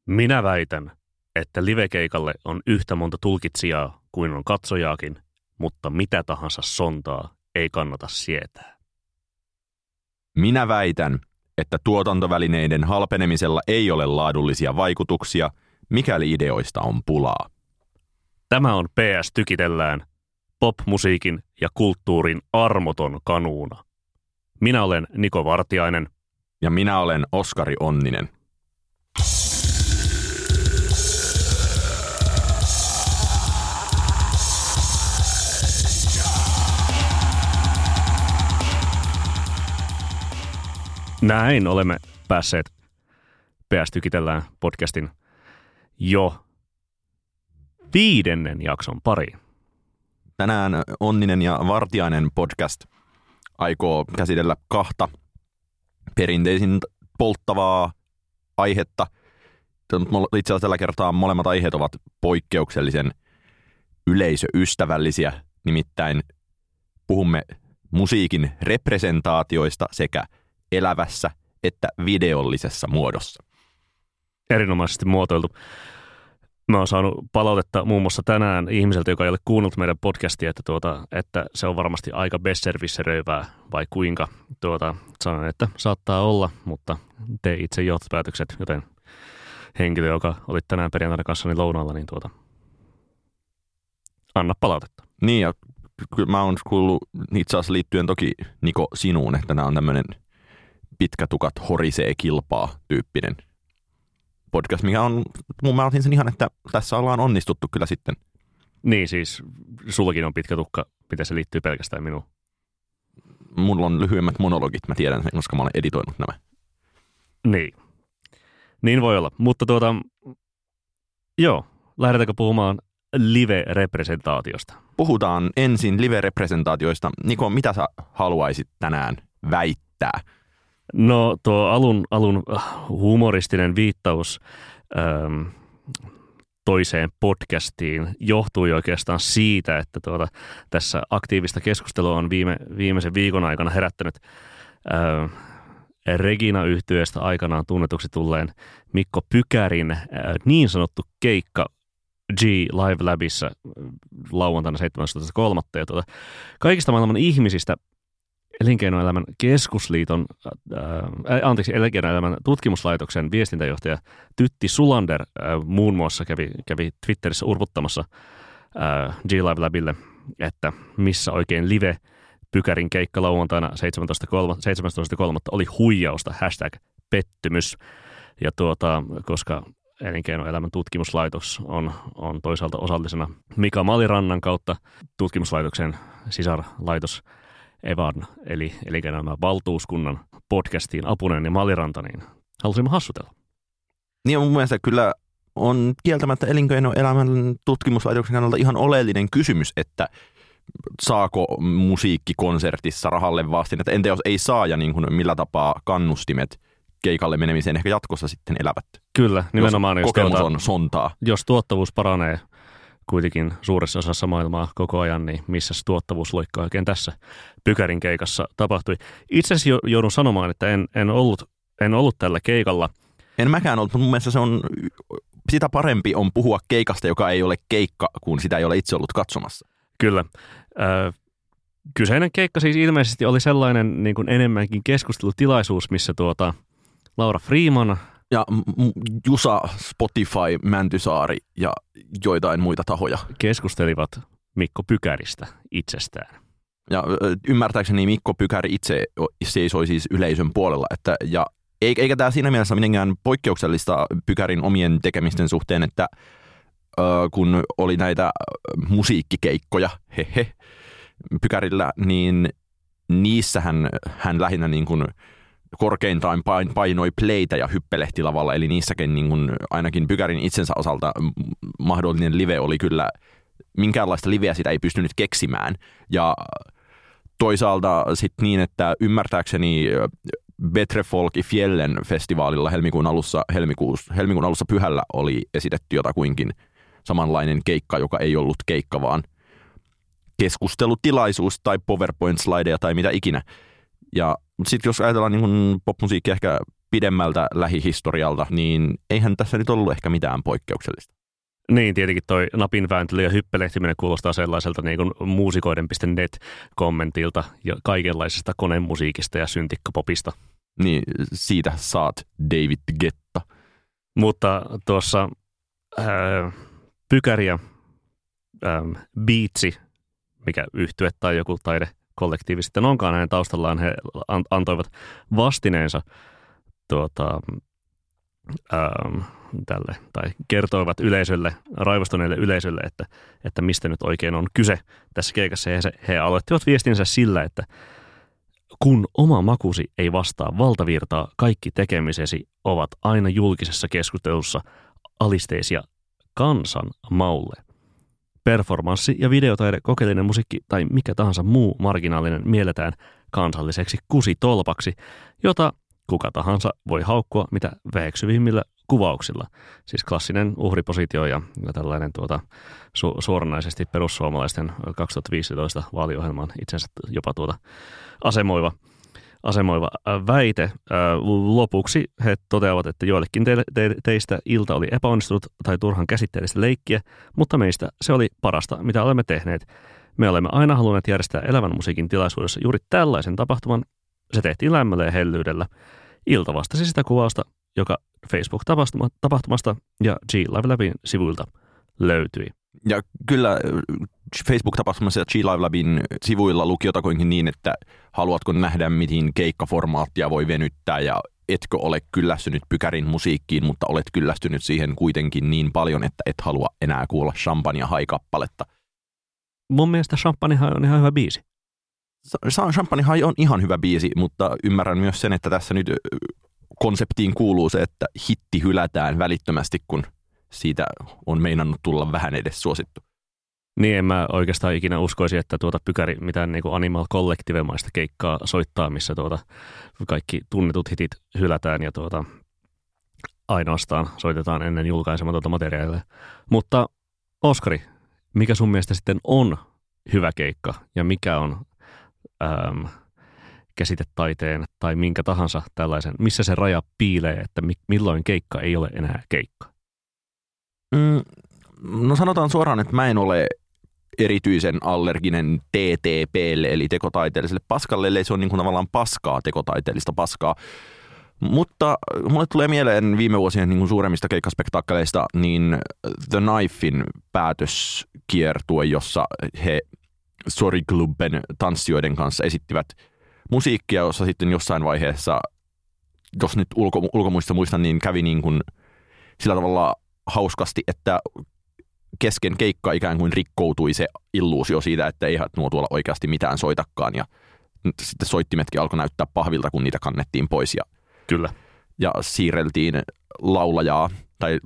Minä väitän, että livekeikalle on yhtä monta tulkitsijaa kuin on katsojaakin, mutta mitä tahansa sontaa ei kannata sietää. Minä väitän, että tuotantovälineiden halpenemisella ei ole laadullisia vaikutuksia, mikäli ideoista on pulaa. Tämä on PS Tykitellään, pop-musiikin ja kulttuurin armoton kanuuna. Minä olen Niko Vartiainen. Ja minä olen Oskari Onninen. Näin olemme päässeet PS Tykitellään podcastin jo 5. jakson pariin. Tänään Onninen ja Vartiainen podcast aikoo käsitellä 2 perinteisin polttavaa aihetta. Itse asiassa tällä kertaa molemmat aiheet ovat poikkeuksellisen yleisöystävällisiä. Nimittäin puhumme musiikin representaatioista sekä elävässä että videollisessa muodossa. Erinomaisesti muotoiltu. Mä oon saanut palautetta muun muassa tänään ihmiseltä, joka ei ole kuunnellut meidän podcastia, että se on varmasti aika besservisseröivää vai kuinka. Sanon, että saattaa olla, mutta tee itse johtopäätökset, joten henkilö, joka oli tänään perjantaina kanssani lounaalla, niin anna palautetta. Niin, ja kyllä mä oon kuullut itse asiassa liittyen toki Niko sinuun, että nämä on tämmöinen pitkätukat horisee kilpaa -tyyppinen podcast, mikä on, mä otin sen ihan, että tässä ollaan onnistuttu kyllä sitten. Niin siis, sullakin on pitkä tukka, miten se liittyy pelkästään minuun? Mulla on lyhyemmät monologit, mä tiedän sen, koska mä olen editoinut nämä. Niin voi olla, mutta joo, lähdetäänkö puhumaan live-representaatiosta? Puhutaan ensin live-representaatioista. Niko, mitä sä haluaisit tänään väittää? No tuo alun humoristinen viittaus toiseen podcastiin johtui oikeastaan siitä, että tässä aktiivista keskustelua on viimeisen viikon aikana herättänyt Regina-yhtyeestä aikanaan tunnetuksi tulleen Mikko Pykärin niin sanottu keikka G Live Labissa lauantaina 17.3. Ja kaikista maailman ihmisistä Elinkeinoelämän keskusliiton, Elinkeinoelämän tutkimuslaitoksen viestintäjohtaja Tytti Sulander muun muassa kävi Twitterissä urputtamassa G Live Labille, että missä oikein live Pykärin keikka lauantaina 17.3. oli huijausta, #pettymys. Ja koska Elinkeinoelämän tutkimuslaitos on toisaalta osallisena Mika Malirannan kautta tutkimuslaitoksen sisarlaitos Evan, eli Elinkeinoelämän valtuuskunnan podcastiin Apunen ja Maliranta, niin halusimme hassutella. Niin mun mielestä kyllä on kieltämättä Elinkeinoelämän tutkimuslaitoksen kannalta ihan oleellinen kysymys, että saako musiikkikonsertissa rahalle vastin, että entä jos ei saa ja niin kuin millä tapaa kannustimet keikalle menemiseen ehkä jatkossa sitten elävät. Kyllä, nimenomaan. Jos kokemus on sontaa. Jos tuottavuus paranee kuitenkin suuressa osassa maailmaa koko ajan, niin missä tuottavuusloikka oikein tässä Pykärin keikassa tapahtui. Itse asiassa joudun sanomaan, että en ollut tällä keikalla. En mäkään ollut, mutta mun mielestä sitä parempi on puhua keikasta, joka ei ole keikka, kun sitä ei ole itse ollut katsomassa. Kyllä. Kyseinen keikka siis ilmeisesti oli sellainen niin kuin enemmänkin keskustelutilaisuus, missä Laura Freeman ja Jusa, Spotify, Mäntysaari ja joitain muita tahoja keskustelivat Mikko Pykäristä itsestään. Ja ymmärtääkseni Mikko Pykäri itse seisoi siis yleisön puolella, eikä tämä siinä mielessä mitenkään poikkeuksellista Pykärin omien tekemisten suhteen, että kun oli näitä musiikkikeikkoja Pykärillä, niin niissähän hän lähinnä niin kuin korkeintaan painoi playtä ja hyppelehti lavalla, eli niissäkin niin kuin ainakin Pykärin itsensä osalta mahdollinen live oli kyllä, minkäänlaista liveä sitä ei pystynyt keksimään. Ja toisaalta sitten niin, että ymmärtääkseni Betre Folk i Fjällen -festivaalilla helmikuun alussa Pyhällä oli esitetty jotakuinkin samanlainen keikka, joka ei ollut keikka, vaan keskustelutilaisuus tai PowerPoint-slideja tai mitä ikinä. Mutta sitten jos ajatellaan niin popmusiikkia ehkä pidemmältä lähihistorialta, niin eihän tässä nyt ollut ehkä mitään poikkeuksellista. Niin, tietenkin toi napin vääntely ja hyppelehtiminen kuulostaa sellaiselta niin kuin muusikoiden.net-kommentilta ja kaikenlaisesta konemusiikista ja syntikkapopista. Niin, siitä saat David Guetta. Mutta tuossa Pykäri ja Beatsi, mikä yhtye tai joku taidekollektiivi sitten onkaan hänen taustallaan, he antoivat vastineensa tälle, tai kertoivat yleisölle, raivostuneelle yleisölle, että mistä nyt oikein on kyse tässä keikassa. Ja he aloittivat viestinsä sillä, että kun oma makusi ei vastaa valtavirtaa, kaikki tekemisesi ovat aina julkisessa keskustelussa alisteisia kansan maulle. Performanssi- ja videotaide, kokeellinen musiikki tai mikä tahansa muu marginaalinen mielletään kansalliseksi kusitolpaksi, jota kuka tahansa voi haukkua mitä väheksyvimmillä kuvauksilla. Siis klassinen uhripositio ja tällainen suoranaisesti perussuomalaisten 2015 vaaliohjelman itsensä jopa asemoiva väite. Lopuksi he toteavat, että joillekin teistä ilta oli epäonnistunut tai turhan käsitteellistä leikkiä, mutta meistä se oli parasta, mitä olemme tehneet. Me olemme aina halunneet järjestää elävän musiikin tilaisuudessa juuri tällaisen tapahtuman. Se tehtiin lämmöllä ja hellyydellä. Ilta vastasi sitä kuvausta, joka Facebook-tapahtumasta ja G-Live Labin sivuilta löytyi. Ja kyllä Facebook-tapahtumassa ja G-Live Labin sivuilla luki jotakuinkin niin, että haluatko nähdä, miten keikkaformaattia voi venyttää ja etkö ole kyllästynyt Pykärin musiikkiin, mutta olet kyllästynyt siihen kuitenkin niin paljon, että et halua enää kuulla Champagne High-kappaletta. Mun mielestä Champagne High on ihan hyvä biisi. Champagne High on ihan hyvä biisi, mutta ymmärrän myös sen, että tässä nyt konseptiin kuuluu se, että hitti hylätään välittömästi, kun siitä on meinannut tulla vähän edes suosittu. Niin, en mä oikeastaan ikinä uskoisi, että Pykäri mitään niin kuin Animal Collective-maista keikkaa soittaa, missä kaikki tunnetut hitit hylätään ja ainoastaan soitetaan ennen julkaisematonta materiaalia. Mutta Oskari, mikä sun mielestä sitten on hyvä keikka ja mikä on käsitetaiteen tai minkä tahansa tällaisen, missä se raja piilee, että milloin keikka ei ole enää keikka? No sanotaan suoraan, että mä en ole erityisen allerginen TTP:lle, eli tekotaiteelliselle paskalle, ellei se on niin kuin tavallaan paskaa, tekotaiteellista paskaa. Mutta mulle tulee mieleen viime vuosien niin kuin suuremmista keikkaspektaakkeleista niin The Knifein päätöskiertue, jossa he Sorry Clubben tanssijoiden kanssa esittivät musiikkia, jossa sitten jossain vaiheessa, jos nyt ulkomuista muistan, niin kävi niin kuin sillä tavalla hauskasti, että kesken keikkaa ikään kuin rikkoutui se illuusio siitä, että eihän nuo tuolla oikeasti mitään soitakaan. Ja sitten soittimetkin alkoi näyttää pahvilta, kun niitä kannettiin pois. Ja, kyllä. Ja siirreltiin laulajaa tai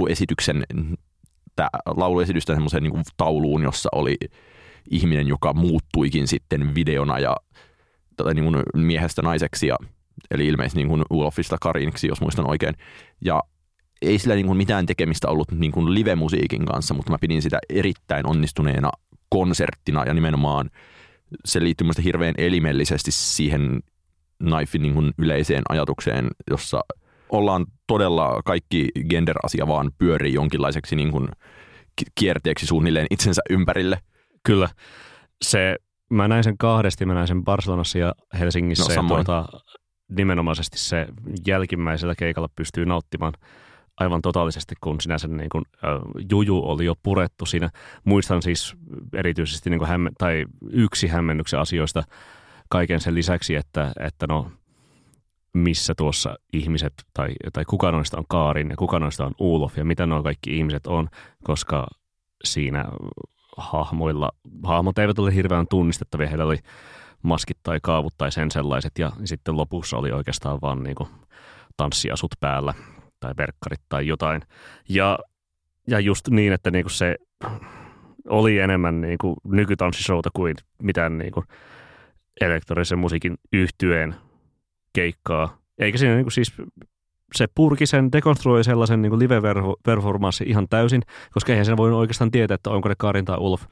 lauluesitystä semmoiseen niin kuin tauluun, jossa oli ihminen, joka muuttuikin sitten videona ja niin kuin miehestä naiseksi, eli ilmeisesti niin kuin Ulofista Kariniksi, jos muistan oikein. Ja ei sillä niin kuin mitään tekemistä ollut niin kuin live-musiikin kanssa, mutta mä pidin sitä erittäin onnistuneena konserttina ja nimenomaan se liittyy musta hirveän elimellisesti siihen Knifein niin kuin yleiseen ajatukseen, jossa ollaan todella kaikki gender-asia vaan pyörii jonkinlaiseksi niin kuin kierteeksi suunnilleen itsensä ympärille. Kyllä. Mä näin sen kahdesti, mä näin sen Barcelonassa ja Helsingissä. No, ja nimenomaisesti se jälkimmäisellä keikalla pystyy nauttimaan aivan totaalisesti, kun sinänsä niin kuin, juju oli jo purettu siinä. Muistan siis erityisesti niin kuin yksi hämmennyksen asioista kaiken sen lisäksi, että missä tuossa ihmiset tai kuka noista on Kaarin ja kuka noista on Ulof ja mitä nuo kaikki ihmiset on, koska siinä hahmot eivät ole hirveän tunnistettavia, heillä oli maskit tai kaavut tai sen sellaiset ja sitten lopussa oli oikeastaan vaan niin kuin tanssiasut päällä tai verkkarit tai jotain. Ja just niin, että niinku se oli enemmän niinku nykytanssishowta kuin mitään niinku elektronisen musiikin yhtyeen keikkaa. Eikä siinä niinku siis se purki sen, dekonstruoi sellaisen niinku live-performanssin ihan täysin, koska eihän sen voinut oikeastaan tietää, että onko ne Karin tai Ulf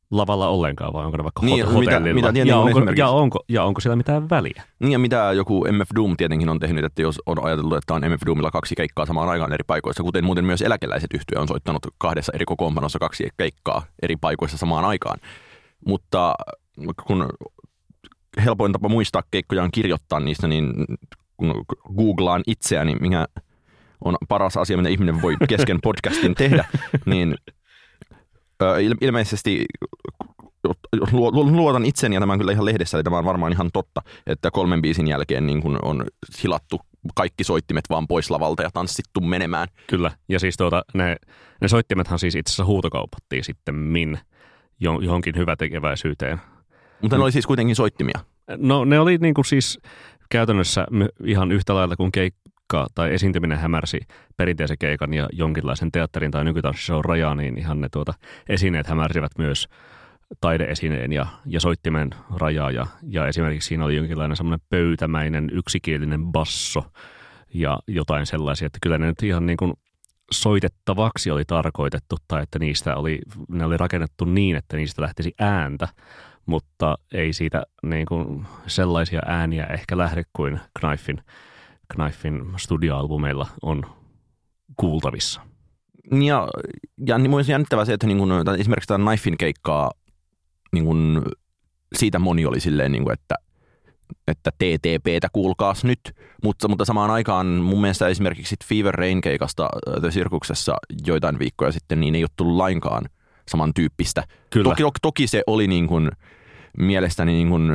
lavalla ollenkaan, vai onko ne vaikka niin, hotellilla? Mitä ja onko siellä mitään väliä? Niin, ja mitä joku MF Doom tietenkin on tehnyt, että jos on ajateltu, että on MF Doomilla 2 keikkaa samaan aikaan eri paikoissa, kuten muuten myös Eläkeläiset yhtye on soittanut 2 eri kokoonpanossa 2 keikkaa eri paikoissa samaan aikaan. Mutta kun helpoin tapa muistaa keikkoja on kirjoittaa niistä, niin kun googlaan itseäni, mikä on paras asia, mitä ihminen voi kesken podcastin tehdä, niin ilmeisesti luotan itseni, ja tämä on kyllä ihan lehdessä, eli tämä on varmaan ihan totta, että 3 biisin jälkeen niin kun on hilattu kaikki soittimet vaan pois lavalta ja tanssittu menemään. Kyllä, ja siis ne soittimethan siis itse asiassa huutokaupattiin sitten johonkin hyvätekeväisyyteen. Mutta ne oli siis kuitenkin soittimia. No ne oli niin kuin siis käytännössä ihan yhtä lailla kuin keikka tai esiintyminen hämärsi perinteisen keikan ja jonkinlaisen teatterin tai nykytanssishow rajaa, niin ihan ne esineet hämärsivät myös taideesineen ja soittimen rajaa. Ja esimerkiksi siinä oli jonkinlainen semmoinen pöytämäinen yksikielinen basso ja jotain sellaisia, että kyllä ne nyt ihan niin kuin soitettavaksi oli tarkoitettu tai että ne oli rakennettu niin, että niistä lähtisi ääntä, mutta ei siitä niin kuin sellaisia ääniä ehkä lähde kuin Knifin studioalbumeilla on kuultavissa. Ja niin mun jännittävää se, että niin kun, esimerkiksi tämä Knifin keikkaa, niin kun, siitä moni oli silleen, niin kun, että TTPtä kuulkaas nyt, mutta samaan aikaan mun mielestä esimerkiksi Fever Rain keikasta The Circuksessa joitain viikkoja sitten, niin ei ole tullut lainkaan samantyyppistä. Toki se oli niin kuin mielestäni niin kuin,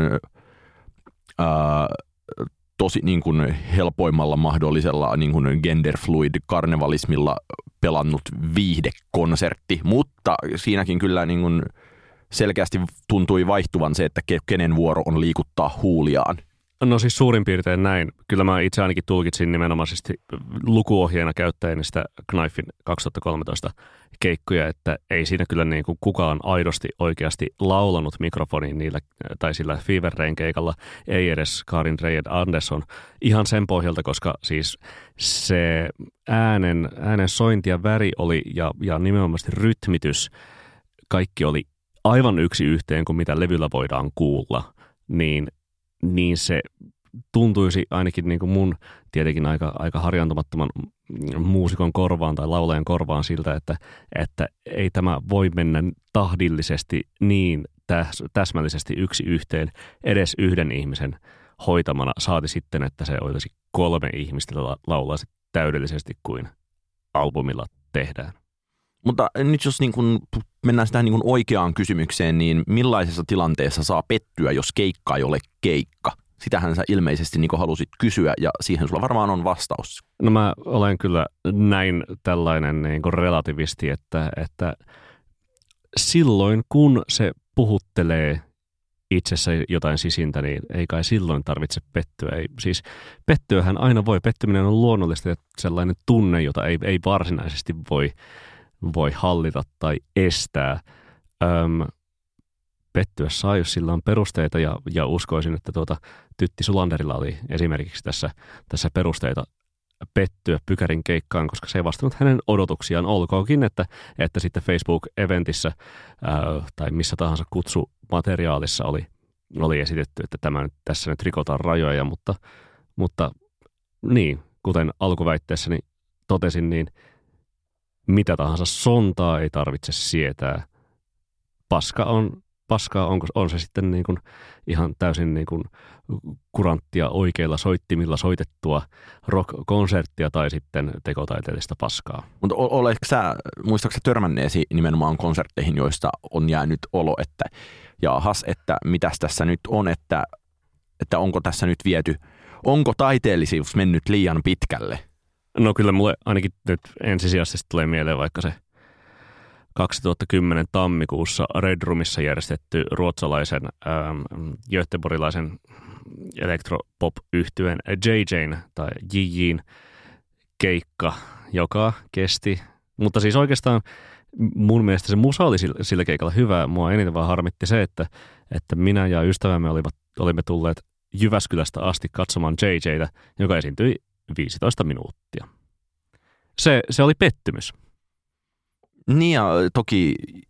tosi niin kuin helpoimmalla mahdollisella niin kuin genderfluid karnevalismilla pelannut viihdekonsertti, mutta siinäkin kyllä niin kuin selkeästi tuntui vaihtuvan se, että kenen vuoro on liikuttaa huuliaan. No siis suurin piirtein näin. Kyllä mä itse ainakin tulkitsin nimenomaisesti lukuohjeena käyttäen sitä Knifin 2013 keikkoja, että ei siinä kyllä niin kuin kukaan aidosti oikeasti laulanut mikrofoniin niillä, tai sillä Fever Rain keikalla, ei edes Karin Reijed Andersson, ihan sen pohjalta, koska siis se äänen sointi ja väri oli, ja nimenomaan rytmitys, kaikki oli aivan yksi yhteen kuin mitä levyllä voidaan kuulla, niin se tuntuisi ainakin niin kuin mun tietenkin aika harjaantumattoman muusikon korvaan tai laulajan korvaan siltä, että ei tämä voi mennä tahdillisesti niin täsmällisesti yksi yhteen edes yhden ihmisen hoitamana, saati sitten, että se olisi 3 ihmistä laulaisi täydellisesti kuin albumilla tehdään. Mutta nyt jos niin kun mennään tähän niin kun oikeaan kysymykseen, niin millaisessa tilanteessa saa pettyä, jos keikka ei ole keikka? Sitähän sä ilmeisesti niin halusit kysyä, ja siihen sulla varmaan on vastaus. No mä olen kyllä näin tällainen niin kuin relativisti, että silloin kun se puhuttelee itsessä jotain sisintä, niin ei kai silloin tarvitse pettyä. Siis pettyähän aina voi. Pettyminen on luonnollista ja sellainen tunne, jota ei varsinaisesti voi hallita tai estää. Pettyä saa, jos sillä on perusteita, ja uskoisin, että Tytti Sulanderilla oli esimerkiksi tässä perusteita pettyä Pykärin keikkaan, koska se ei vastannut hänen odotuksiaan, olkoonkin, että sitten Facebook-eventissä tai missä tahansa kutsumateriaalissa oli esitetty, että tässä nyt rikotaan rajoja, mutta niin, kuten alkuväitteessäni totesin, niin mitä tahansa sontaa ei tarvitse sietää. Paskaa on se sitten niin kuin ihan täysin niin kuin kuranttia oikeilla soittimilla soitettua rock-konserttia tai sitten tekotaiteellista paskaa. Mutta muistatko sä törmänneesi nimenomaan konsertteihin, joista on jäänyt olo, että jaahas, että mitäs tässä nyt on, että onko tässä nyt onko taiteellisuus mennyt liian pitkälle? No kyllä mulle ainakin nyt ensisijaisesti tulee mieleen vaikka se 2010 tammikuussa Red Roomissa järjestetty ruotsalaisen göteborgilaisen elektropop-yhtyeen JJ:n tai JJ:n keikka, joka kesti. Mutta siis oikeastaan mun mielestä se musa oli sillä keikalla hyvä. Mua eniten vaan harmitti se, että minä ja ystävämme olimme tulleet Jyväskylästä asti katsomaan JJ:tä, joka esiintyi 15 minuuttia. Se oli pettymys. Niin ja toki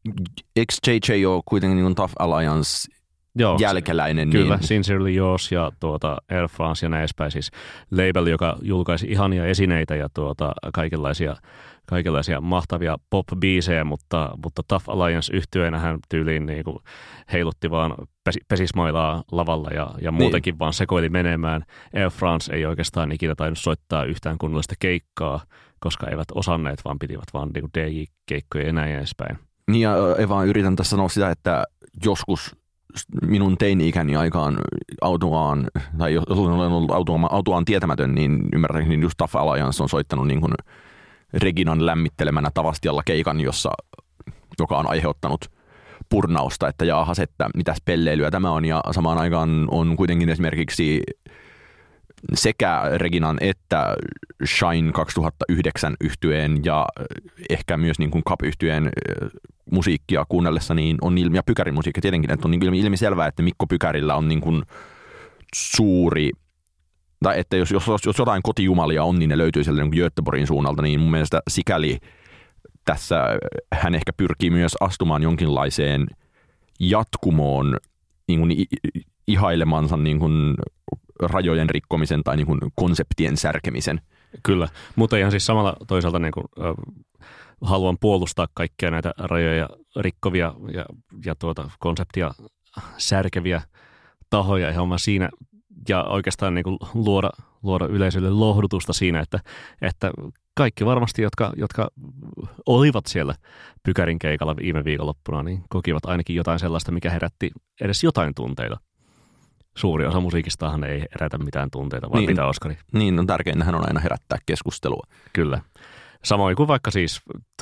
eikö JJ ole kuitenkin niin kuin Tough Alliance jälkeläinen? Kyllä, niin... Sincerely Yours ja Air France ja näin edespäin. Siis label, joka julkaisi ihania esineitä ja kaikenlaisia mahtavia pop-biisejä, mutta Tough Alliance -yhtyeenä tyyliin niin kuin heilutti vaan pesismailaa lavalla ja muutenkin vaan sekoili menemään. Air France ei oikeastaan ikinä tainnut soittaa yhtään kunnollista keikkaa, koska eivät osanneet, vaan pitivät vaan niin DJ-keikkoja ja näin edespäin. Niin ja Eva, yritän tässä sanoa sitä, että joskus minun teini-ikäni aikaan Autuaan, tai jos olen ollut Autuaan tietämätön, niin ymmärtääkseni just Tough Alliance on soittanut niin kuin Reginan lämmittelemänä Tavastialla keikan, joka on aiheuttanut purnausta, että jaahas, että mitäs pelleilyä tämä on, ja samaan aikaan on kuitenkin esimerkiksi sekä Reginan että Shine 2009 -yhtyeen ja ehkä myös niin kuin Cup-yhtyeen musiikkia kuunnellessa, niin on ja Pykärin musiikki tietenkin, että on niin ilmiselvää, että Mikko Pykärillä on niin kuin suuri, tai että jos jotain kotijumalia on, niin ne löytyy sieltä niin Göteborgin suunnalta, niin mun mielestä sikäli tässä hän ehkä pyrkii myös astumaan jonkinlaiseen jatkumoon niin kuin ihailemansa niin kuin rajojen rikkomisen tai niin kuin konseptien särkemisen. Kyllä, mutta ihan siis samalla toisaalta niin kuin, haluan puolustaa kaikkia näitä rajoja rikkovia ja konseptia särkeviä tahoja ihan vaan siinä ja oikeastaan niin kuin luoda yleisölle lohdutusta siinä, että kaikki varmasti, jotka olivat siellä Pykärin keikalla viime viikonloppuna, niin kokivat ainakin jotain sellaista, mikä herätti edes jotain tunteita. Suuri osa musiikistahan ei herätä mitään tunteita, vai mitä, Oskari? Niin, no tärkeintähän on aina herättää keskustelua. Kyllä. Samoin kuin vaikka siis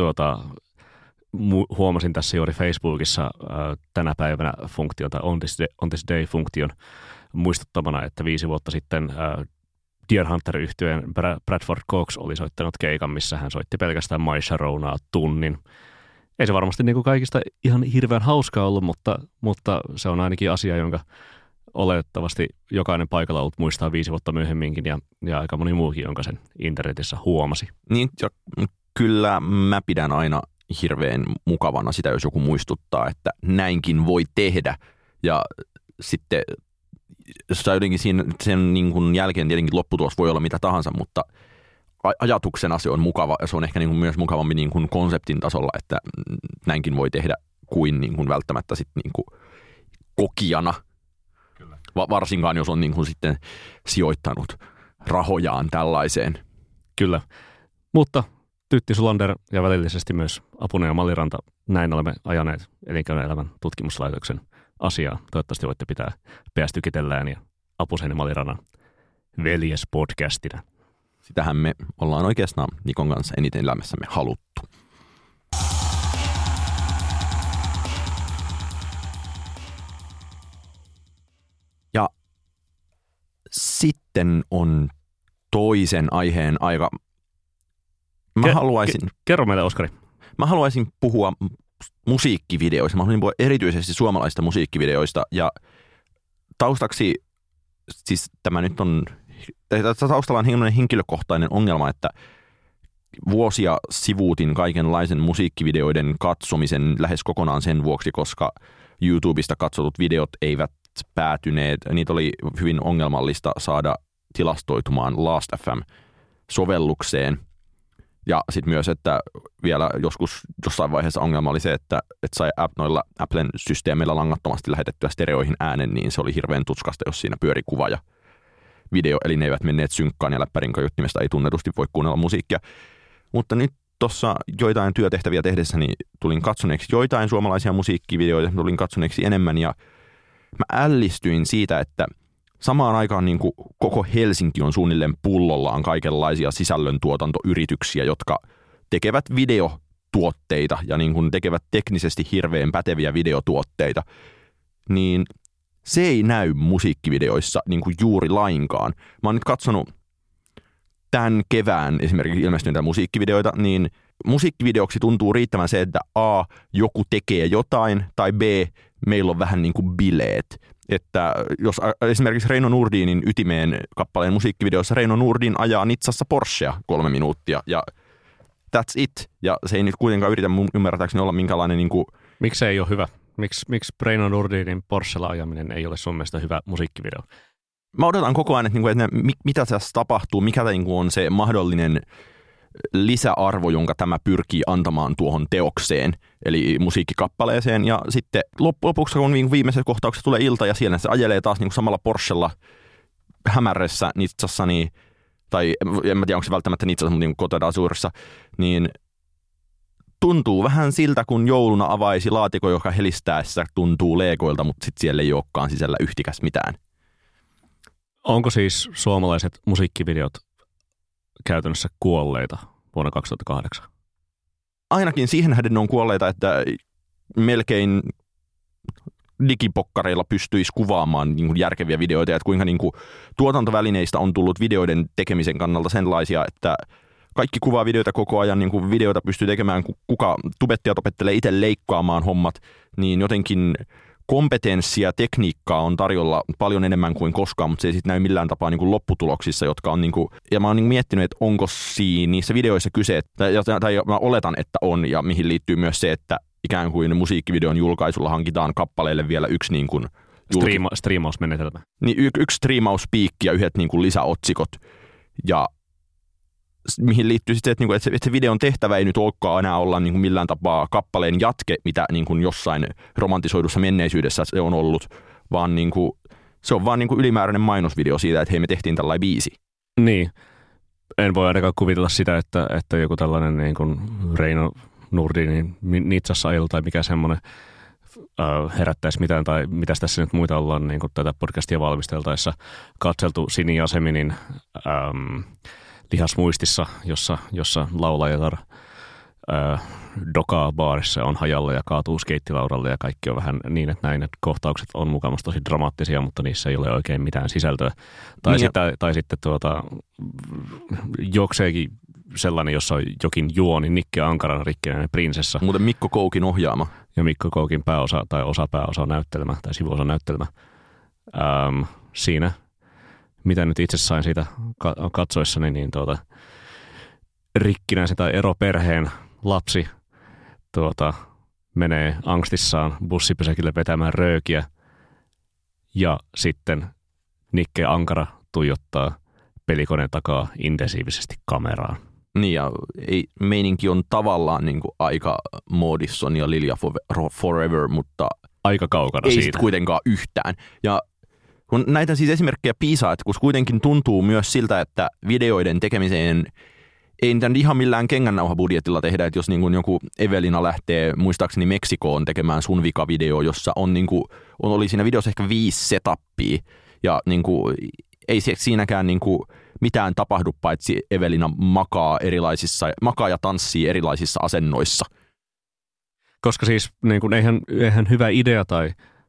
huomasin tässä juuri Facebookissa tänä päivänä funktion tai on this day-funktion muistuttamana, että 5 vuotta sitten Deer Hunter-yhtyeen Bradford Cox oli soittanut keikan, missä hän soitti pelkästään My Sharonaa tunnin. Ei se varmasti niin kuin kaikista ihan hirveän hauskaa ollut, mutta se on ainakin asia, jonka oletettavasti jokainen paikalla ollut muistaa 5 vuotta myöhemminkin ja aika moni muukin, jonka sen internetissä huomasi. Niin, ja kyllä mä pidän aina hirveän mukavana sitä, jos joku muistuttaa, että näinkin voi tehdä. Ja sitten jotenkin sen niin kuin jälkeen tietenkin lopputulos voi olla mitä tahansa, mutta ajatuksena se on mukava ja se on ehkä niin kuin myös mukavampi niin kuin konseptin tasolla, että näinkin voi tehdä kuin välttämättä sitten niin kuin kokijana. Kyllä. Varsinkaan, jos on niin kuin sitten sijoittanut rahojaan tällaiseen. Kyllä, mutta Tytti Sulander ja välillisesti myös Apunen ja Malliranta, näin olemme ajaneet Elinkeinoelämän tutkimuslaitoksen asiaa. Toivottavasti voitte pitää PS Tykitellään ja Apusen ja Mallirannan veljespodcastina. Sitähän me ollaan oikeastaan Nikon kanssa eniten elämässämme haluttu. Ja sitten on toisen aiheen aika. Kerro meille, Oskari. Mä haluaisin puhua musiikkivideoista. Mä haluaisin puhua erityisesti suomalaisista musiikkivideoista. Ja taustaksi, siis tämä nyt on, taustalla on henkilökohtainen ongelma, että vuosia sivuutin kaikenlaisen musiikkivideoiden katsomisen lähes kokonaan sen vuoksi, koska YouTubesta katsotut videot eivät päätyneet. Niitä oli hyvin ongelmallista saada tilastoitumaan Last.fm-sovellukseen. Ja sitten myös, että vielä jossain vaiheessa ongelma oli se, että sai noilla Applen systeemeillä langattomasti lähetettyä stereoihin äänen, niin se oli hirveän tuskasta, jos siinä pyöri kuva ja video, eli ne eivät menneet synkkaan ja läppärin kaiuttimesta ei tunnetusti voi kuunnella musiikkia. Mutta nyt tuossa joitain työtehtäviä tehdessäni tulin katsoneeksi joitain suomalaisia musiikkivideoita, tulin katsoneeksi enemmän ja mä ällistyin siitä, että samaan aikaan niin kuin koko Helsinki on suunnilleen pullollaan kaikenlaisia sisällöntuotantoyrityksiä, jotka tekevät videotuotteita ja niin kuin tekevät teknisesti hirveän päteviä videotuotteita, niin se ei näy musiikkivideoissa niin kuin juuri lainkaan. Mä oon nyt katsonut tämän kevään esimerkiksi ilmestyneitä musiikkivideoita, niin musiikkivideoksi tuntuu riittävän se, että A, joku tekee jotain, tai B, meillä on vähän niin kuin bileet. Että jos esimerkiksi Reino Nurdinin Ytimeen kappaleen musiikkivideossa Reino Nurdin ajaa Nitsassa Porschea 3 minuuttia ja that's it. Ja se ei nyt kuitenkaan yritä mun ymmärtääkseni olla minkälainen niin kuin Miksi se ei ole hyvä? Miksi Reino Nurdinin Porschella ajaminen ei ole sun mielestä hyvä musiikkivideo? Mä odotan koko ajan, että mitä tässä tapahtuu, mikä on se mahdollinen lisäarvo, jonka tämä pyrkii antamaan tuohon teokseen, eli musiikkikappaleeseen. Ja sitten lopuksi, kun viimeisessä kohtauksessa tulee ilta ja siellä se ajelee taas samalla Porschella hämärässä Nitsassa, tai en mä tiedä, onko se välttämättä Nitsassa, mutta Côte d'Azurissa, niin tuntuu vähän siltä, kun jouluna avaisi laatikko, joka helistäessä tuntuu leegoilta, mutta sitten siellä ei olekaan sisällä yhtikäs mitään. Onko siis suomalaiset musiikkivideot käytännössä kuolleita vuonna 2008? Ainakin siihen nähden ne on kuolleita, että melkein digipokkareilla pystyisi kuvaamaan järkeviä videoita, että kuinka tuotantovälineistä on tullut videoiden tekemisen kannalta sellaisia, että kaikki kuvaa videoita koko ajan, videoita pystyy tekemään, kuka tubettajat opettelee itse leikkaamaan hommat, niin jotenkin kompetenssia ja tekniikkaa on tarjolla paljon enemmän kuin koskaan, mutta se ei sitten näy millään tapaa lopputuloksissa, jotka on ja mä oon miettinyt, että onko niissä videoissa kyse, tai mä oletan, että on, ja mihin liittyy myös se, että ikään kuin musiikkivideon julkaisulla hankitaan kappaleille vielä yksi striimausmenetelmä. Niin yksi striimauspiikki ja yhdet lisäotsikot, ja mihin liittyy sitten se, että se videon tehtävä ei nyt olekaan enää olla millään tapaa kappaleen jatke, mitä jossain romantisoidussa menneisyydessä se on ollut, vaan se on vaan ylimääräinen mainosvideo siitä, että hei, me tehtiin tällainen biisi. Niin. En voi ainakaan kuvitella sitä, että joku tällainen Reino Nurdinin Nitsassa ajelu tai mikä semmoinen herättäisi mitään, tai mitäs tässä nyt muita ollaan tätä podcastia valmisteltaessa katseltu Sini Jaseminin Lihasmuistissa, jossa laulajatar dokaa baarissa, on hajalla ja kaatuu skeittilaudalle ja kaikki on vähän niin, että näin, että kohtaukset on mukamassa tosi dramaattisia, mutta niissä ei ole oikein mitään sisältöä. Tai sitten jokseekin sellainen, jossa on jokin juoni, Nikke Ankaran rikkinäinen prinsessa. Muuten Mikko Koukin ohjaama. Ja Mikko Koukin pääosa tai osapääosa näyttelemä tai sivuosa näyttelemä. Siinä, mitä nyt itse sain siitä katsoessani, niin rikkinäisen tai eroperheen lapsi menee angstissaan bussipysäkille vetämään röökiä ja sitten Nikke Ankara tuijottaa pelikoneen takaa intensiivisesti kameraan. Niin, ja meininki on tavallaan aika Maudisson ja Lilja Forever, mutta aika kaukana ei siitä. Ei kuitenkaan yhtään. Ja kun näitä siis esimerkkejä piisaa, että kun kuitenkin tuntuu myös siltä, että videoiden tekemiseen ei niitä ihan millään kengännauhabudjetilla tehdä, että jos joku Evelina lähtee muistaakseni Meksikoon tekemään sun vika-video, jossa oli siinä videossa ehkä 5 setupia, ja ei siinäkään mitään tapahdu, paitsi Evelina makaa ja tanssii erilaisissa asennoissa. Koska siis eihän hyvä idea tai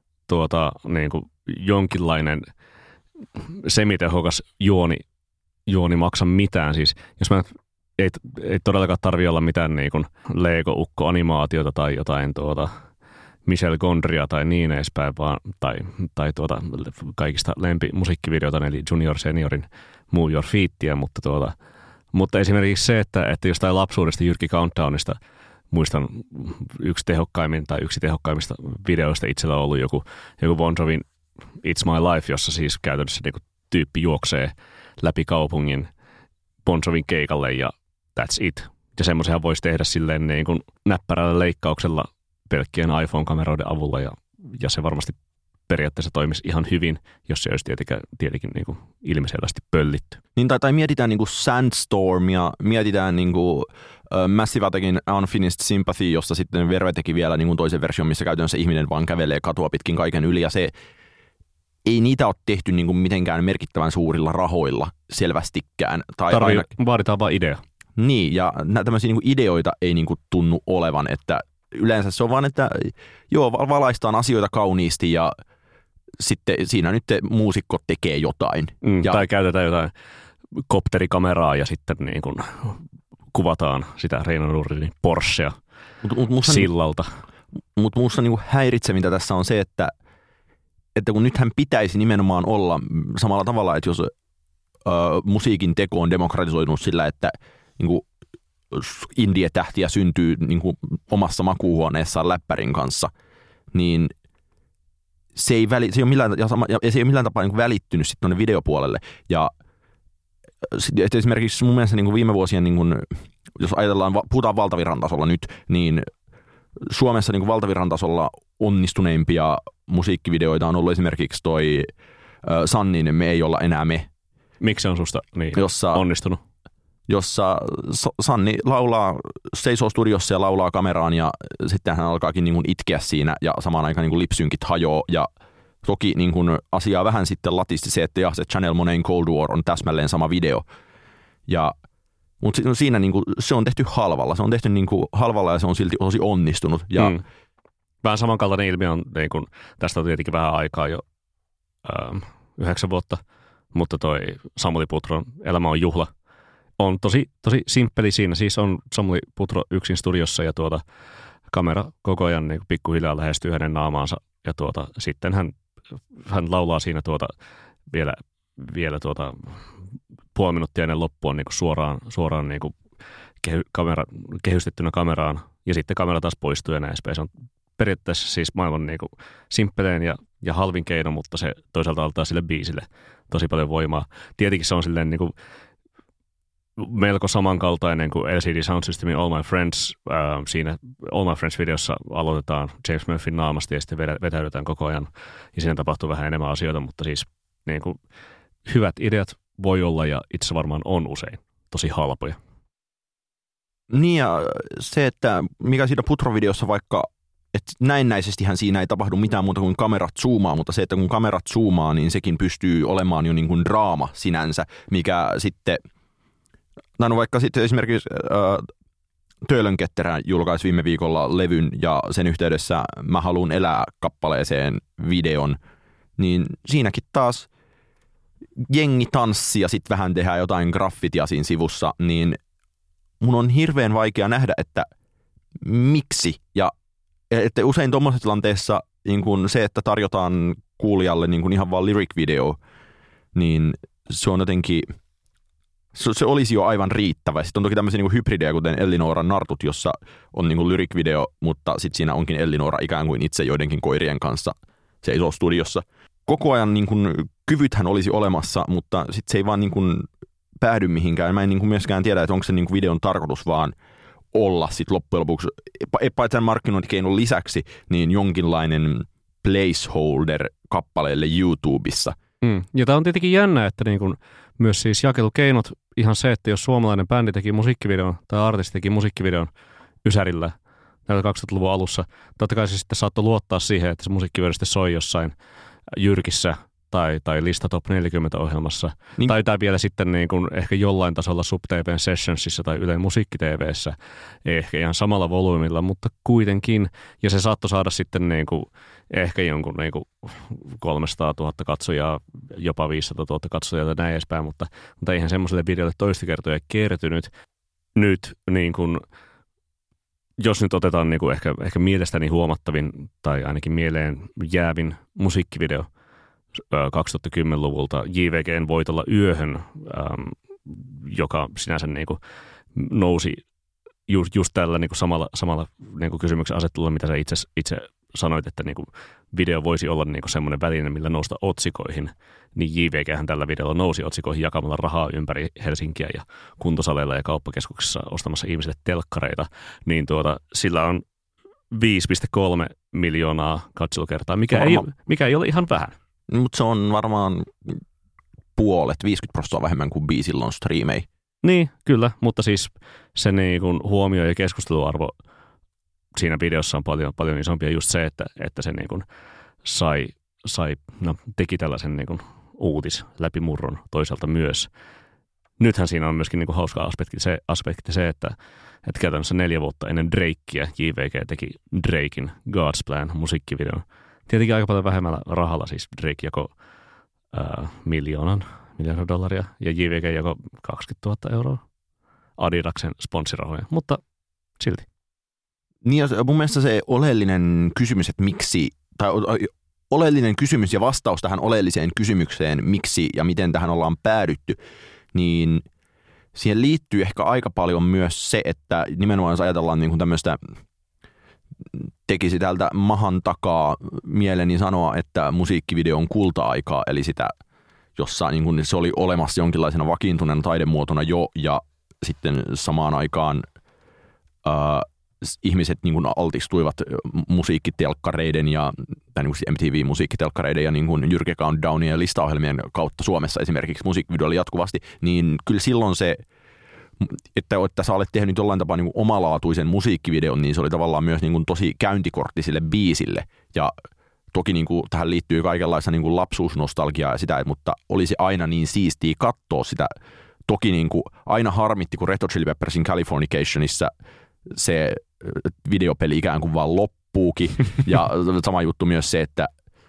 jonkinlainen semitehokas juoni maksa mitään. Siis jos mä ei todellakaan tarvitse olla mitään Lego-ukko-animaatiota tai jotain Michel Gondria tai niin edespäin, vaan, tai kaikista lempimusiikkivideota, eli Junior Seniorin Move Your Feetia, mutta esimerkiksi se, että jostain lapsuudesta Jyrki Countdownista muistan yksi tehokkaimmista videoista itsellä on ollut joku Bon Jovin It's My Life, jossa siis käytännössä tyyppi juoksee läpi kaupungin Bon Jovin keikalle ja that's it. Ja semmoisenhan voisi tehdä silleen näppärällä leikkauksella pelkkien iPhone-kameroiden avulla ja se varmasti periaatteessa toimisi ihan hyvin, jos se olisi tietenkin ilmiselvästi pöllitty. Niin, tai mietitään Sandstormia, mietitään Massive Attackin Unfinished Sympathy, jossa sitten Verve teki vielä toisen version, missä käytännössä ihminen vaan kävelee katua pitkin kaiken yli, ja se ei niitä ole tehty mitenkään merkittävän suurilla rahoilla selvästikään. Vaaditaan vaan idea. Niin, ja tämmöisiä ideoita ei tunnu olevan, että yleensä se on vaan, että valaistaan asioita kauniisti ja sitten siinä nyt muusikko tekee jotain. Tai käytetään jotain kopterikameraa ja sitten kuvataan sitä Reino Nurdinin Porschea sillalta. Mutta minusta häiritsevintä tässä on se, että kun nythän pitäisi nimenomaan olla samalla tavalla, että jos musiikin teko on demokratisoitunut sillä, että indie-tähtiä syntyy niin kuin omassa makuuhuoneessaan läppärin kanssa, niin se ei ole millään tapaa niin kuin välittynyt sitten tuonne videopuolelle. Ja esimerkiksi mun mielestä niin kuin viime vuosien, niin kuin, jos ajatellaan, puhutaan valtavirran tasolla nyt, niin Suomessa niin kuin valtavirran tasolla onnistuneimpia musiikkivideoita on ollut esimerkiksi toi Sannin Me ei olla enää me. Miksi se on susta niin onnistunut? Jossa Sanni seisoo studiossa ja laulaa kameraan ja sitten hän alkaakin niin kuin itkeä siinä ja samaan aikaan niin kuin lipsynkit hajoaa ja toki niin kuin asiaa vähän sitten latisti se, että se Channel Monaen Cold War on täsmälleen sama video. Mutta siinä niin kuin, se on tehty halvalla. Se on tehty niin kuin halvalla ja se on silti tosi onnistunut. Ja vähän samankaltainen ilmiö on, niin kuin, tästä on tietenkin vähän aikaa jo 9 vuotta, mutta toi Samuli Putron Elämä on juhla on tosi simppeli siinä. Siis on Samuli Putro yksin studiossa ja kamera koko ajan niin kuin pikkuhiljaa lähestyy hänen naamaansa ja sitten hän laulaa siinä vielä puoli minuuttia ennen loppua niin kuin suoraan niin kuin kehystettynä kameraan ja sitten kamera taas poistuu ja näin. Se on periaatteessa siis maailman niin kuin simppelein ja halvin keino, mutta se toisaalta antaa sille biisille tosi paljon voimaa. Tietenkin se on silleen niin kuin melko samankaltainen kuin LCD Sound Systemin All My Friends. Siinä All My Friends-videossa aloitetaan James Murphyn naamasta ja sitten vetäydytään koko ajan. Ja siinä tapahtuu vähän enemmän asioita, mutta siis niin kuin, hyvät ideat voi olla ja itse varmaan on usein tosi halpoja. Niin ja se, että mikä siinä Putro-videossa vaikka, että näennäisestihän siinä ei tapahdu mitään muuta kuin kamerat zoomaa, mutta se, että kun kamerat zoomaa, niin sekin pystyy olemaan jo niin kuin draama sinänsä, mikä sitten no vaikka sitten esimerkiksi Töölönketterä julkaisi viime viikolla levyn ja sen yhteydessä Mä haluun elää -kappaleeseen videon, niin siinäkin taas jengi tanssi ja sitten vähän tehdään jotain graffitia siinä sivussa, niin mun on hirveän vaikea nähdä, että miksi. Ja että usein tuommoisessa tilanteessa niin kun se, että tarjotaan kuulijalle niin kun ihan vaan lyric-video, niin se on jotenkin se olisi jo aivan riittävä. Sitten on toki tämmöisiä niin kuin hybridejä, kuten Ellinooran Nartut, jossa on niin kuin lyric-video, mutta sitten siinä onkin Ellinoora ikään kuin itse joidenkin koirien kanssa seisoo studiossa. Koko ajan niin kuin kyvythän olisi olemassa, mutta sitten se ei vaan niin kuin päädy mihinkään. Mä en niin kuin myöskään tiedä, että onko se niin kuin videon tarkoitus vaan olla sitten loppujen lopuksi, paitsi tämän markkinointikeinon lisäksi, niin jonkinlainen placeholder kappaleelle YouTubessa. Ja tämä on tietenkin jännä, että niin kun myös siis jakelukeinot, ihan se, että jos suomalainen bändi teki musiikkivideon tai artisti teki musiikkivideon Ysärillä näillä 2000-luvun alussa, totta kai se sitten saattoi luottaa siihen, että se musiikkivideo sitten soi jossain Jyrkissä tai Lista Top 40-ohjelmassa. Niin. Tai vielä sitten niin kuin ehkä jollain tasolla Sub-TV:n Sessionsissa tai Ylen Musiikki-TV:ssä, ehkä ihan samalla volyymilla, mutta kuitenkin. Ja se saattoi saada sitten niin kuin ehkä jonkun niin kuin 300 000 katsojaa, jopa 500 000 katsojaa ja näin edespäin, mutta eihän semmoiselle videolle toista kertoja kertynyt. Nyt niin kuin, jos nyt otetaan niin kuin ehkä mielestäni huomattavin tai ainakin mieleen jäävin musiikkivideo 2010-luvulta JVG:n Voitella yöhön, joka sinänsä niin kuin nousi just tällä niin kuin samalla niin kuin kysymyksen asettelulla, mitä sä itse sanoit, että niin kuin video voisi olla niin kuin semmoinen väline, millä nousta otsikoihin, niin JVG:hän tällä videolla nousi otsikoihin jakamalla rahaa ympäri Helsinkiä ja kuntosaleilla ja kauppakeskuksissa ostamassa ihmisille telkkareita, niin sillä on 5,3 miljoonaa katselukertaa, mikä ei ole ihan vähän. Mutta se on varmaan puolet, 50% vähemmän kuin biisillä on striimei. Niin, kyllä, mutta siis se niin kuin huomio ja keskusteluarvo siinä videossa on paljon isompi. Just se, että se niin kuin teki tällaisen niin kuin läpimurron toisaalta myös. Nythän siinä on myöskin niin kuin hauska aspekti se, että käytännössä 4 vuotta ennen Drakea JVG teki Draken God's Plan -musiikkivideon. Tietenkin aika paljon vähemmällä rahalla, siis Drake jako miljoona dollaria ja JVG jako 20 000 euroa Adidaksen sponssirahoja, mutta silti. Niin ja mun mielestä se oleellinen kysymys, että miksi, tai oleellinen kysymys ja vastaus tähän oleelliseen kysymykseen, miksi ja miten tähän ollaan päädytty, niin siihen liittyy ehkä aika paljon myös se, että nimenomaan jos ajatellaan niin kuin tämmöistä, tekisi tältä mahan takaa mieleni sanoa, että musiikkivideo on kulta-aikaa, eli sitä, jossa niin kuin se oli olemassa jonkinlaisena vakiintuneena taidemuotona jo, ja sitten samaan aikaan ihmiset niin kuin altistuivat musiikkitelkkareiden ja niin kuin MTV-musiikkitelkkareiden ja niin kuin Jyrke Countdownin ja listaohjelmien kautta Suomessa esimerkiksi musiikkivideolla jatkuvasti, niin kyllä silloin se, että sä olet tehnyt jollain tapaa niin kuin omalaatuisen musiikkivideon, niin se oli tavallaan myös niin kuin tosi käyntikortti sille biisille. Ja toki niin kuin tähän liittyy kaikenlaista niin kuin lapsuusnostalgiaa ja sitä, mutta olisi aina niin siistiä katsoa sitä. Toki niin kuin aina harmitti, kun Red Hot Chili Peppersin Californicationissa se videopeli ikään kuin vaan loppuukin. Ja sama juttu myös se, että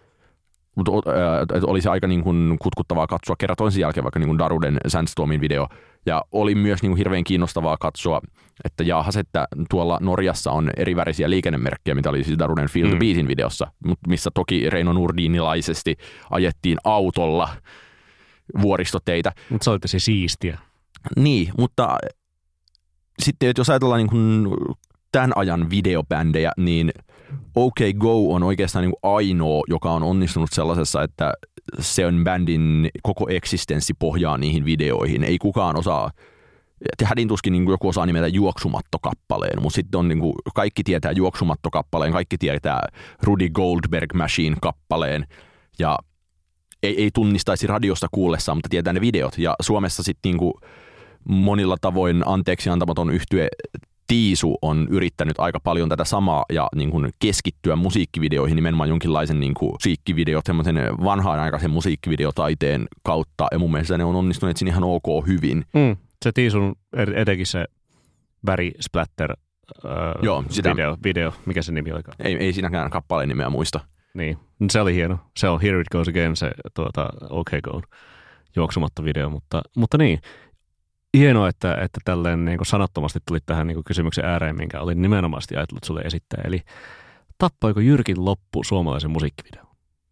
olisi aika niin kuin kutkuttavaa katsoa kerran toisen jälkeen vaikka niin kuin Daruden Sandstormin video. Ja oli myös niin kuin hirveän kiinnostavaa katsoa, että jaahas, että tuolla Norjassa on eri värisiä liikennemerkkejä, mitä oli siis Daruden Feel the Beatin videossa, missä toki Reino Nurdinilaisesti ajettiin autolla vuoristoteitä. Mutta se oli tosi siistiä. Niin, mutta sitten jos ajatellaan niin kuin tämän ajan videobändejä, niin OK Go on oikeastaan niin kuin ainoa, joka on onnistunut sellaisessa, että se on bändin koko eksistenssi pohjaa niihin videoihin. Ei kukaan osaa, hädintuskin niin joku osaa nimetä Juoksumattokappaleen, mutta sitten on niin kuin, kaikki tietää Juoksumattokappaleen, kaikki tietää Rudy Goldberg Machine-kappaleen ja ei tunnistaisi radiosta kuullessaan, mutta tietää ne videot. Ja Suomessa sitten niin kuin monilla tavoin anteeksi antamaton yhtye Tiisu on yrittänyt aika paljon tätä samaa ja niin kuin keskittyä musiikkivideoihin nimenomaan jonkinlaisen niin kuin musiikkivideot, semmoisen vanhaan-aikaisen musiikkivideotaiteen kautta. Ja mun mielestä ne on onnistuneet siinä ihan ok hyvin. Se Tiisun etenkin se värisplatter video, mikä se nimi olikaan? Ei siinäkään kappaleen nimeä muista. Niin, se oli hieno. Se on Here It Goes Again, se OK Go juoksumatta video, mutta niin. Hienoa, että tälleen niin kuin sanattomasti tulit tähän niin kuin kysymyksen ääreen, minkä olin nimenomaisesti ajatellut sulle esittää. Eli tappoiko Jyrkin loppu suomalaisen musiikkivideon?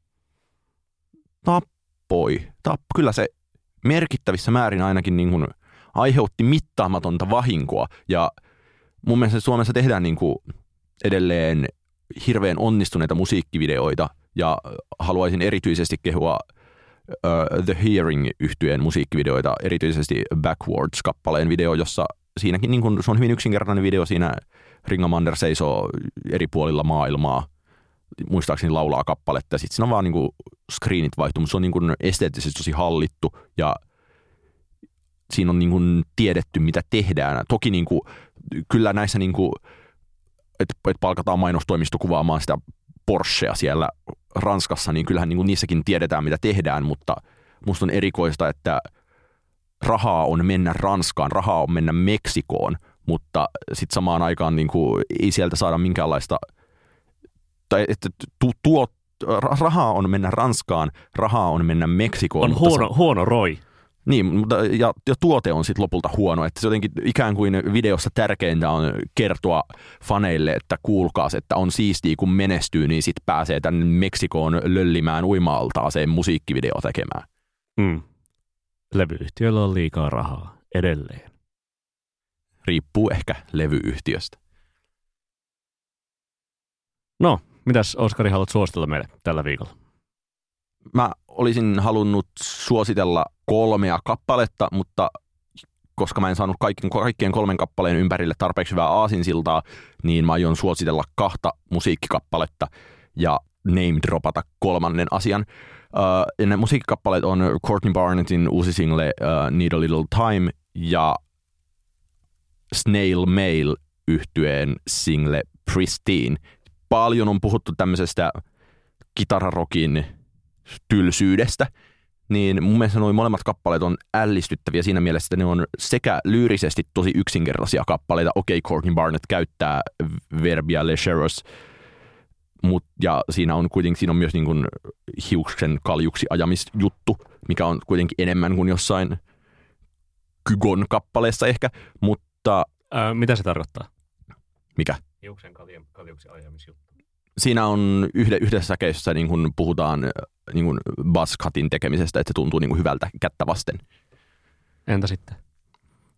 Tappoi. Kyllä se merkittävissä määrin ainakin niin kuin aiheutti mittaamatonta vahinkoa. Ja mun mielestä Suomessa tehdään niin kuin edelleen hirveän onnistuneita musiikkivideoita. Ja haluaisin erityisesti kehua The Hearing-yhtyeen musiikkivideoita, erityisesti Backwards-kappaleen video, jossa siinäkin niin kun, se on hyvin yksinkertainen video, siinä Ringo Mander seisoo eri puolilla maailmaa, muistaakseni laulaa kappaletta, ja sitten siinä on vaan niin kun, screenit vaihtuu, mutta se on niin kun, esteettisesti tosi hallittu, ja siinä on niin kun, tiedetty, mitä tehdään. Toki niin kun, kyllä näissä, niin kun, että palkataan mainostoimisto kuvaamaan sitä Porschea siellä Ranskassa, niin kyllähän niin kuin niissäkin tiedetään, mitä tehdään, mutta musta on erikoista, että rahaa on mennä Ranskaan, rahaa on mennä Meksikoon, mutta sitten samaan aikaan niin kuin ei sieltä saada minkäänlaista, tai että rahaa on mennä Ranskaan, rahaa on mennä Meksikoon. On huono roi. Niin, mutta ja tuote on sitten lopulta huono, että se jotenkin ikään kuin videossa tärkeintä on kertoa faneille, että kuulkaas, että on siistiä kun menestyy, niin sitten pääsee tänne Meksikoon löllimään uima-altaaseen musiikkivideo tekemään. Levyyhtiöllä on liikaa rahaa edelleen. Riippuu ehkä levyyhtiöstä. No, mitäs Oskari haluat suositella meille tällä viikolla? Mä olisin halunnut suositella 3 kappaletta, mutta koska mä en saanut kaikkien 3 kappaleen ympärille tarpeeksi hyvää aasinsiltaa, niin mä aion suositella 2 musiikkikappaletta ja name-dropata 3. asian. Ne musiikkikappaleet on Courtney Barnettin uusi single Need a Little Time ja Snail Mail -yhtyeen single Pristine. Paljon on puhuttu tämmöisestä kitararokin tylsyydestä, niin mun mielestä nuo molemmat kappaleet on ällistyttäviä siinä mielessä, että ne on sekä lyyrisesti tosi yksinkertaisia kappaleita. Okei, Courtney Barnett käyttää verbia lecheros, ja siinä on myös niin kuin hiuksen kaljuksi ajamisjuttu, mikä on kuitenkin enemmän kuin jossain Kygon kappaleessa ehkä, mutta... mitä se tarkoittaa? Mikä? Hiuksen kaljuksi ajamisjuttu. Siinä on yhdessä säkeessä niin kun puhutaan niin kun buzzcutin tekemisestä, että se tuntuu niin kun hyvältä kättä vasten. Entä sitten?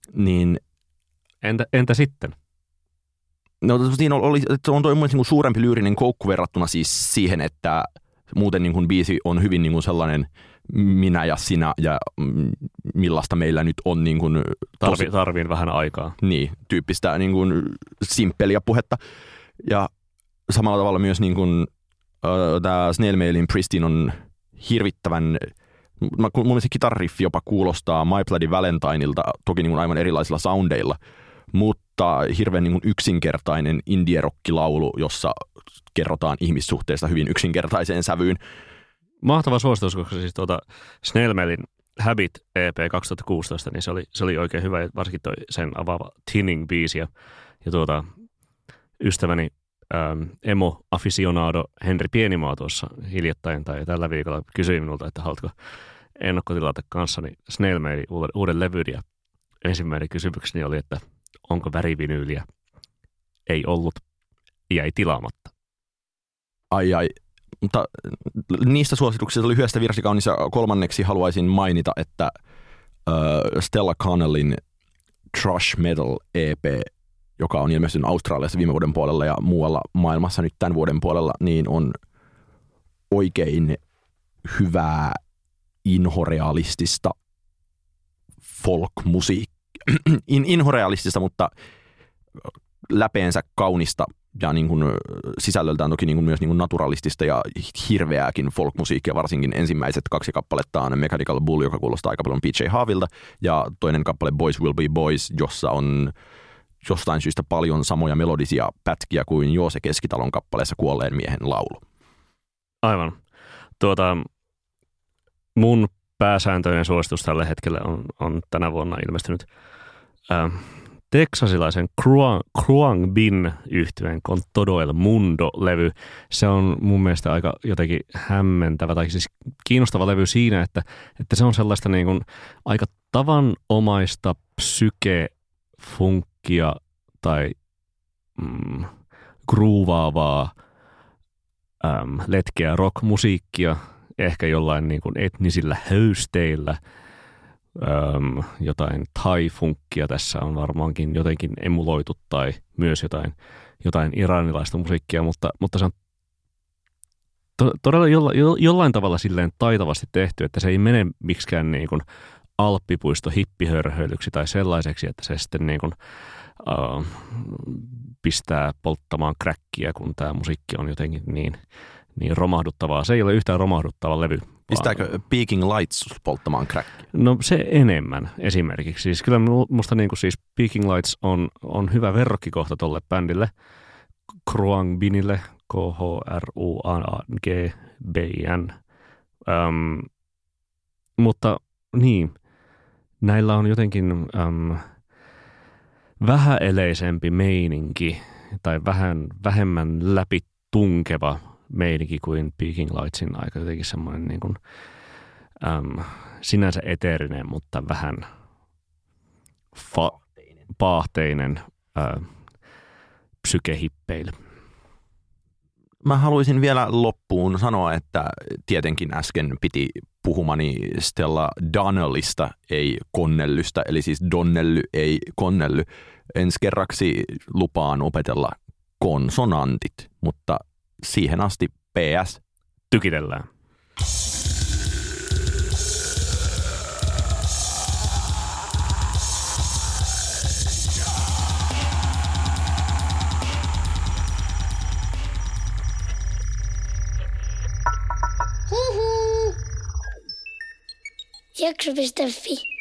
Niin Entä sitten? no siinä on toi mun niin suurempi lyyrinen koukku verrattuna siis siihen, että muuten niin kuin biisi on hyvin niin kuin sellainen minä ja sinä ja millaista meillä nyt on niin kuin Tarviin vähän aikaa. Niin, tyyppistä niin kuin simppeliä puhetta. Ja samalla tavalla myös niin kuin tämä Snail Mailin Pristine on hirvittävän, mun mielestä kitarriffi jopa kuulostaa My Bloody Valentineilta, toki niin kuin aivan erilaisilla soundeilla, mutta hirveän niin kuin yksinkertainen indie-rockilaulu, jossa kerrotaan ihmissuhteista hyvin yksinkertaiseen sävyyn. Mahtava suositus, koska siis Snail Mailin Habit EP 2016, niin se oli oikein hyvä, varsinkin toi sen avaava Tinning-biisi. Ja ystäväni emo aficionado Henri Pienimaa tuossa hiljattain tai tällä viikolla kysyi minulta, että haluatko ennakkotilata kanssani Snail Mailin uuden levyn. Ja ensimmäinen kysymykseni oli, että onko värivinyyliä? Ei ollut, jäi tilaamatta. Ai. Mutta niistä suosituksista oli hyvästä virsikaunissa. Kolmanneksi haluaisin mainita, että Stella Connellin Thrash Metal EP, joka on ilmestynyt Australiassa viime vuoden puolella ja muualla maailmassa nyt tämän vuoden puolella, niin on oikein hyvää inhorealistista folk-musiikkia. Inhorealistista, mutta läpeensä kaunista ja niin kuin sisällöltään toki niin kuin myös niin kuin naturalistista ja hirveääkin folk-musiikkia, varsinkin ensimmäiset 2 kappalettaan Mechanical Bull, joka kuulostaa aika paljon PJ Harvilta, ja toinen kappale Boys Will Be Boys, jossa on jostain syystä paljon samoja melodisia pätkiä kuin Joose Keskitalon kappaleessa Kuolleen miehen laulu. Aivan. Mun pääsääntöinen suositus tällä hetkellä on tänä vuonna ilmestynyt teksasilaisen Kruang Bin -yhtyeen Con Todo el Mundo-levy. Se on mun mielestä aika jotenkin hämmentävä tai siis kiinnostava levy siinä, että se on sellaista niin kuin aika tavanomaista psyke-funkkia tai groovaavaa letkeä rock-musiikkia, ehkä jollain niin kuin etnisillä höysteillä. Jotain thai-funkkia tässä on varmaankin jotenkin emuloitu tai myös jotain iranilaista musiikkia, mutta se on todella jollain tavalla silleen taitavasti tehty, että se ei mene miksikään niin kuin alppipuisto hippihörhöilyksi tai sellaiseksi, että se sitten niin kuin, pistää polttamaan crackia, kun tämä musiikki on jotenkin niin romahduttavaa. Se ei ole yhtään romahduttava levy. Pistääkö Peking Lights polttamaan crackia? No se enemmän esimerkiksi. Siis kyllä musta niin kuin siis Peking Lights on hyvä verrokkikohta tolle bändille, Kruang Binille, Kruangbin. Mutta niin, näillä on jotenkin vähäeleisempi meininki tai vähemmän läpitunkeva meininki kuin Peking Lightsin aika jotenkin semmoinen niin kuin, sinänsä eteerinen, mutta vähän paahteinen psykehippeily. Mä haluaisin vielä loppuun sanoa, että tietenkin äsken piti puhumani Stella Donnellista, ei Connellystä, eli siis Donnelly, ei Connelly. Ensi kerraksi lupaan opetella konsonantit, mutta siihen asti PS. Tykitellään. Jakso.fi